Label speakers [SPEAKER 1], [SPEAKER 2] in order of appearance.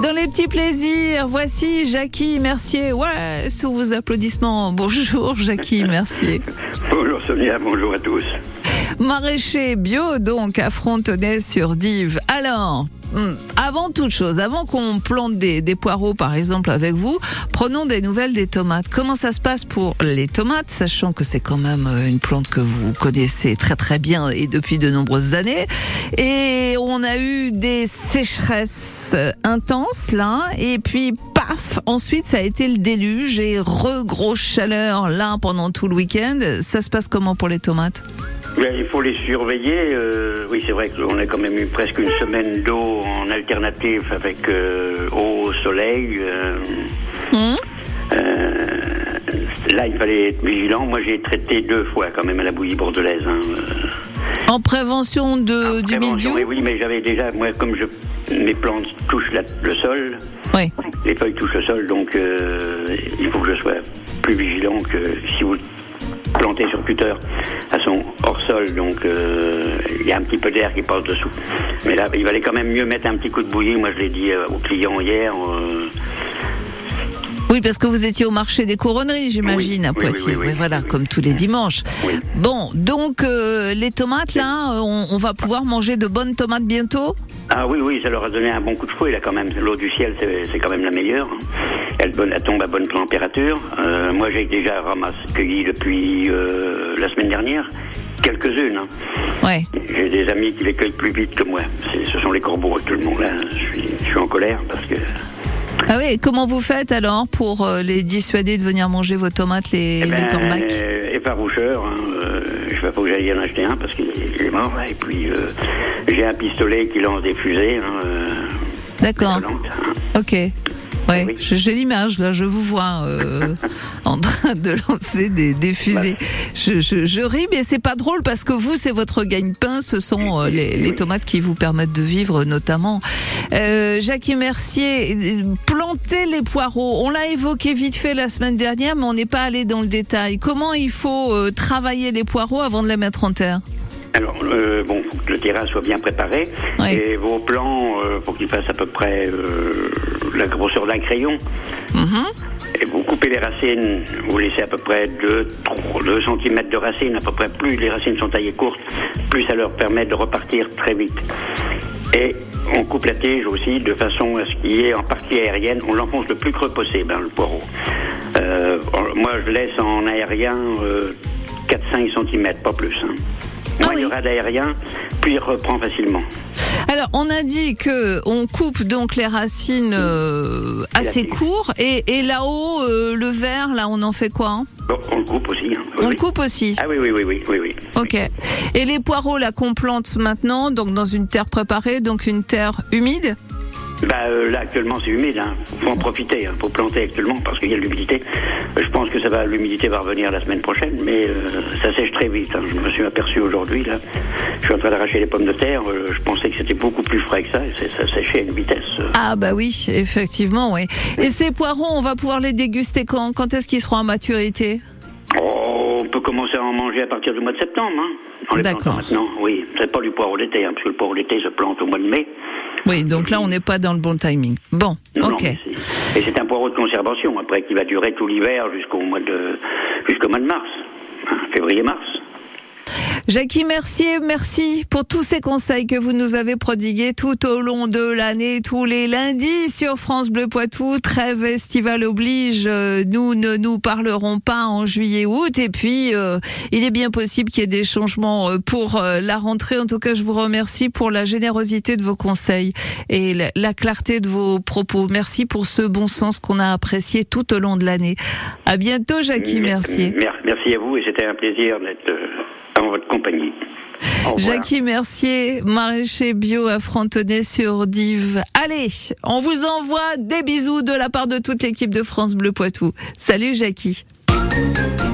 [SPEAKER 1] Dans les petits plaisirs, voici Jackie Mercier. Ouais, sous vos applaudissements. Bonjour Jackie Mercier.
[SPEAKER 2] Bonjour Sonia, bonjour à tous.
[SPEAKER 1] Maraîcher bio donc à Frontenay-sur-Dives. Alors, avant toute chose, avant qu'on plante des poireaux par exemple avec vous, prenons des nouvelles des tomates. Comment ça se passe pour les tomates, sachant que c'est quand même une plante que vous connaissez très très bien et depuis de nombreuses années. Et on a eu des sécheresses intenses là, et puis paf, ensuite ça a été le déluge et grosse chaleur là pendant tout le week-end. Ça se passe comment pour les tomates ?
[SPEAKER 2] Il faut les surveiller. Oui, c'est vrai qu'on a quand même eu presque une semaine d'eau en alternative avec eau, soleil. Là, il fallait être vigilant. Moi, j'ai traité 2 fois quand même à la bouillie bordelaise.
[SPEAKER 1] En prévention du mildiou ?
[SPEAKER 2] Oui, mais j'avais déjà, moi, comme mes plantes touchent le sol,
[SPEAKER 1] oui.
[SPEAKER 2] Les feuilles touchent le sol, donc il faut que je sois plus vigilant que si vous plantées sur cutter, elles sont hors sol, donc il y a un petit peu d'air qui passe dessous. Mais là, il valait quand même mieux mettre un petit coup de bouillie. Moi, je l'ai dit aux clients hier.
[SPEAKER 1] Oui, parce que vous étiez au marché des couronneries, j'imagine, à Poitiers. Oui, voilà, comme tous les dimanches.
[SPEAKER 2] Oui.
[SPEAKER 1] Bon, donc les tomates, là, on va pouvoir manger de bonnes tomates bientôt ?
[SPEAKER 2] Ah oui, ça leur a donné un bon coup de fouet, là, quand même. L'eau du ciel, c'est quand même la meilleure. Elle tombe à bonne température. Moi, j'ai déjà cueilli depuis la semaine dernière. Quelques-unes.
[SPEAKER 1] Ouais.
[SPEAKER 2] J'ai des amis qui les cueillent plus vite que moi. Ce sont les corbeaux, tout le monde, là. Je suis en colère parce que...
[SPEAKER 1] Ah oui, comment vous faites alors pour les dissuader de venir manger vos tomates, les corbacs ?
[SPEAKER 2] Effaroucheur, je sais pas, faut que j'aille en acheter un parce qu'il est mort, là. Et puis j'ai un pistolet qui lance des fusées.
[SPEAKER 1] D'accord. Ok. Ouais,
[SPEAKER 2] oui.
[SPEAKER 1] J'ai l'image là, je vous vois en train de lancer des fusées. Je ris, mais c'est pas drôle parce que vous, c'est votre gagne-pain, ce sont les tomates qui vous permettent de vivre notamment. Jackie Mercier, planter les poireaux, on l'a évoqué vite fait la semaine dernière, mais on n'est pas allé dans le détail. Comment il faut travailler les poireaux avant de les mettre en terre ?
[SPEAKER 2] Alors, faut que le terrain soit bien préparé.
[SPEAKER 1] Oui. Et
[SPEAKER 2] vos plants, faut qu'ils fassent à peu près la grosseur d'un crayon. Et vous coupez les racines, vous laissez à peu près 2 cm de racines, à peu près. Plus les racines sont taillées courtes, plus ça leur permet de repartir très vite. Et on coupe la tige aussi de façon à ce qu'il y ait en partie aérienne. On l'enfonce le plus creux possible, le poireau. Moi, je laisse en aérien 4-5 cm, pas plus. Moins il y aura d'aérien, puis il reprend facilement.
[SPEAKER 1] Alors, on a dit que on coupe donc les racines assez court et là-haut, le vert, là, on en fait quoi ?
[SPEAKER 2] Bon, on le coupe aussi.
[SPEAKER 1] On le coupe aussi ?
[SPEAKER 2] Ah oui.
[SPEAKER 1] Ok. Et les poireaux, là, qu'on plante maintenant, donc dans une terre préparée, donc une terre humide ?
[SPEAKER 2] Là, actuellement, c'est humide. Faut en profiter. Faut planter actuellement parce qu'il y a de l'humidité. Je pense que l'humidité va revenir la semaine prochaine, mais ça sèche très vite. Je me suis aperçu aujourd'hui, là. Je suis en train d'arracher les pommes de terre. Je pensais que c'était beaucoup plus frais que ça. Et ça séchait à une vitesse.
[SPEAKER 1] Ah bah oui, effectivement, oui. Et ces poireaux, on va pouvoir les déguster quand ? Quand est-ce qu'ils seront à maturité ?
[SPEAKER 2] On peut commencer à en manger à partir du mois de septembre. On les plante maintenant. Oui, c'est pas du poireau d'été, parce que le poireau d'été se plante au mois de mai.
[SPEAKER 1] Oui, donc là, on n'est pas dans le bon timing. Bon,
[SPEAKER 2] non,
[SPEAKER 1] ok.
[SPEAKER 2] Et c'est un poireau de conservation, après, qui va durer tout l'hiver jusqu'au mois de mars. Février-mars.
[SPEAKER 1] Jackie Mercier, merci pour tous ces conseils que vous nous avez prodigués tout au long de l'année, tous les lundis sur France Bleu Poitou. Trêve estivale oblige, nous ne nous parlerons pas en juillet-août. Et puis, il est bien possible qu'il y ait des changements pour la rentrée. En tout cas, je vous remercie pour la générosité de vos conseils et la clarté de vos propos. Merci pour ce bon sens qu'on a apprécié tout au long de l'année. À bientôt, Jackie Mercier.
[SPEAKER 2] Merci à vous et c'était un plaisir d'être en votre compagnie.
[SPEAKER 1] Jackie Mercier, maraîcher bio à Frontenay-sur-Dives. Allez, on vous envoie des bisous de la part de toute l'équipe de France Bleu Poitou. Salut Jackie.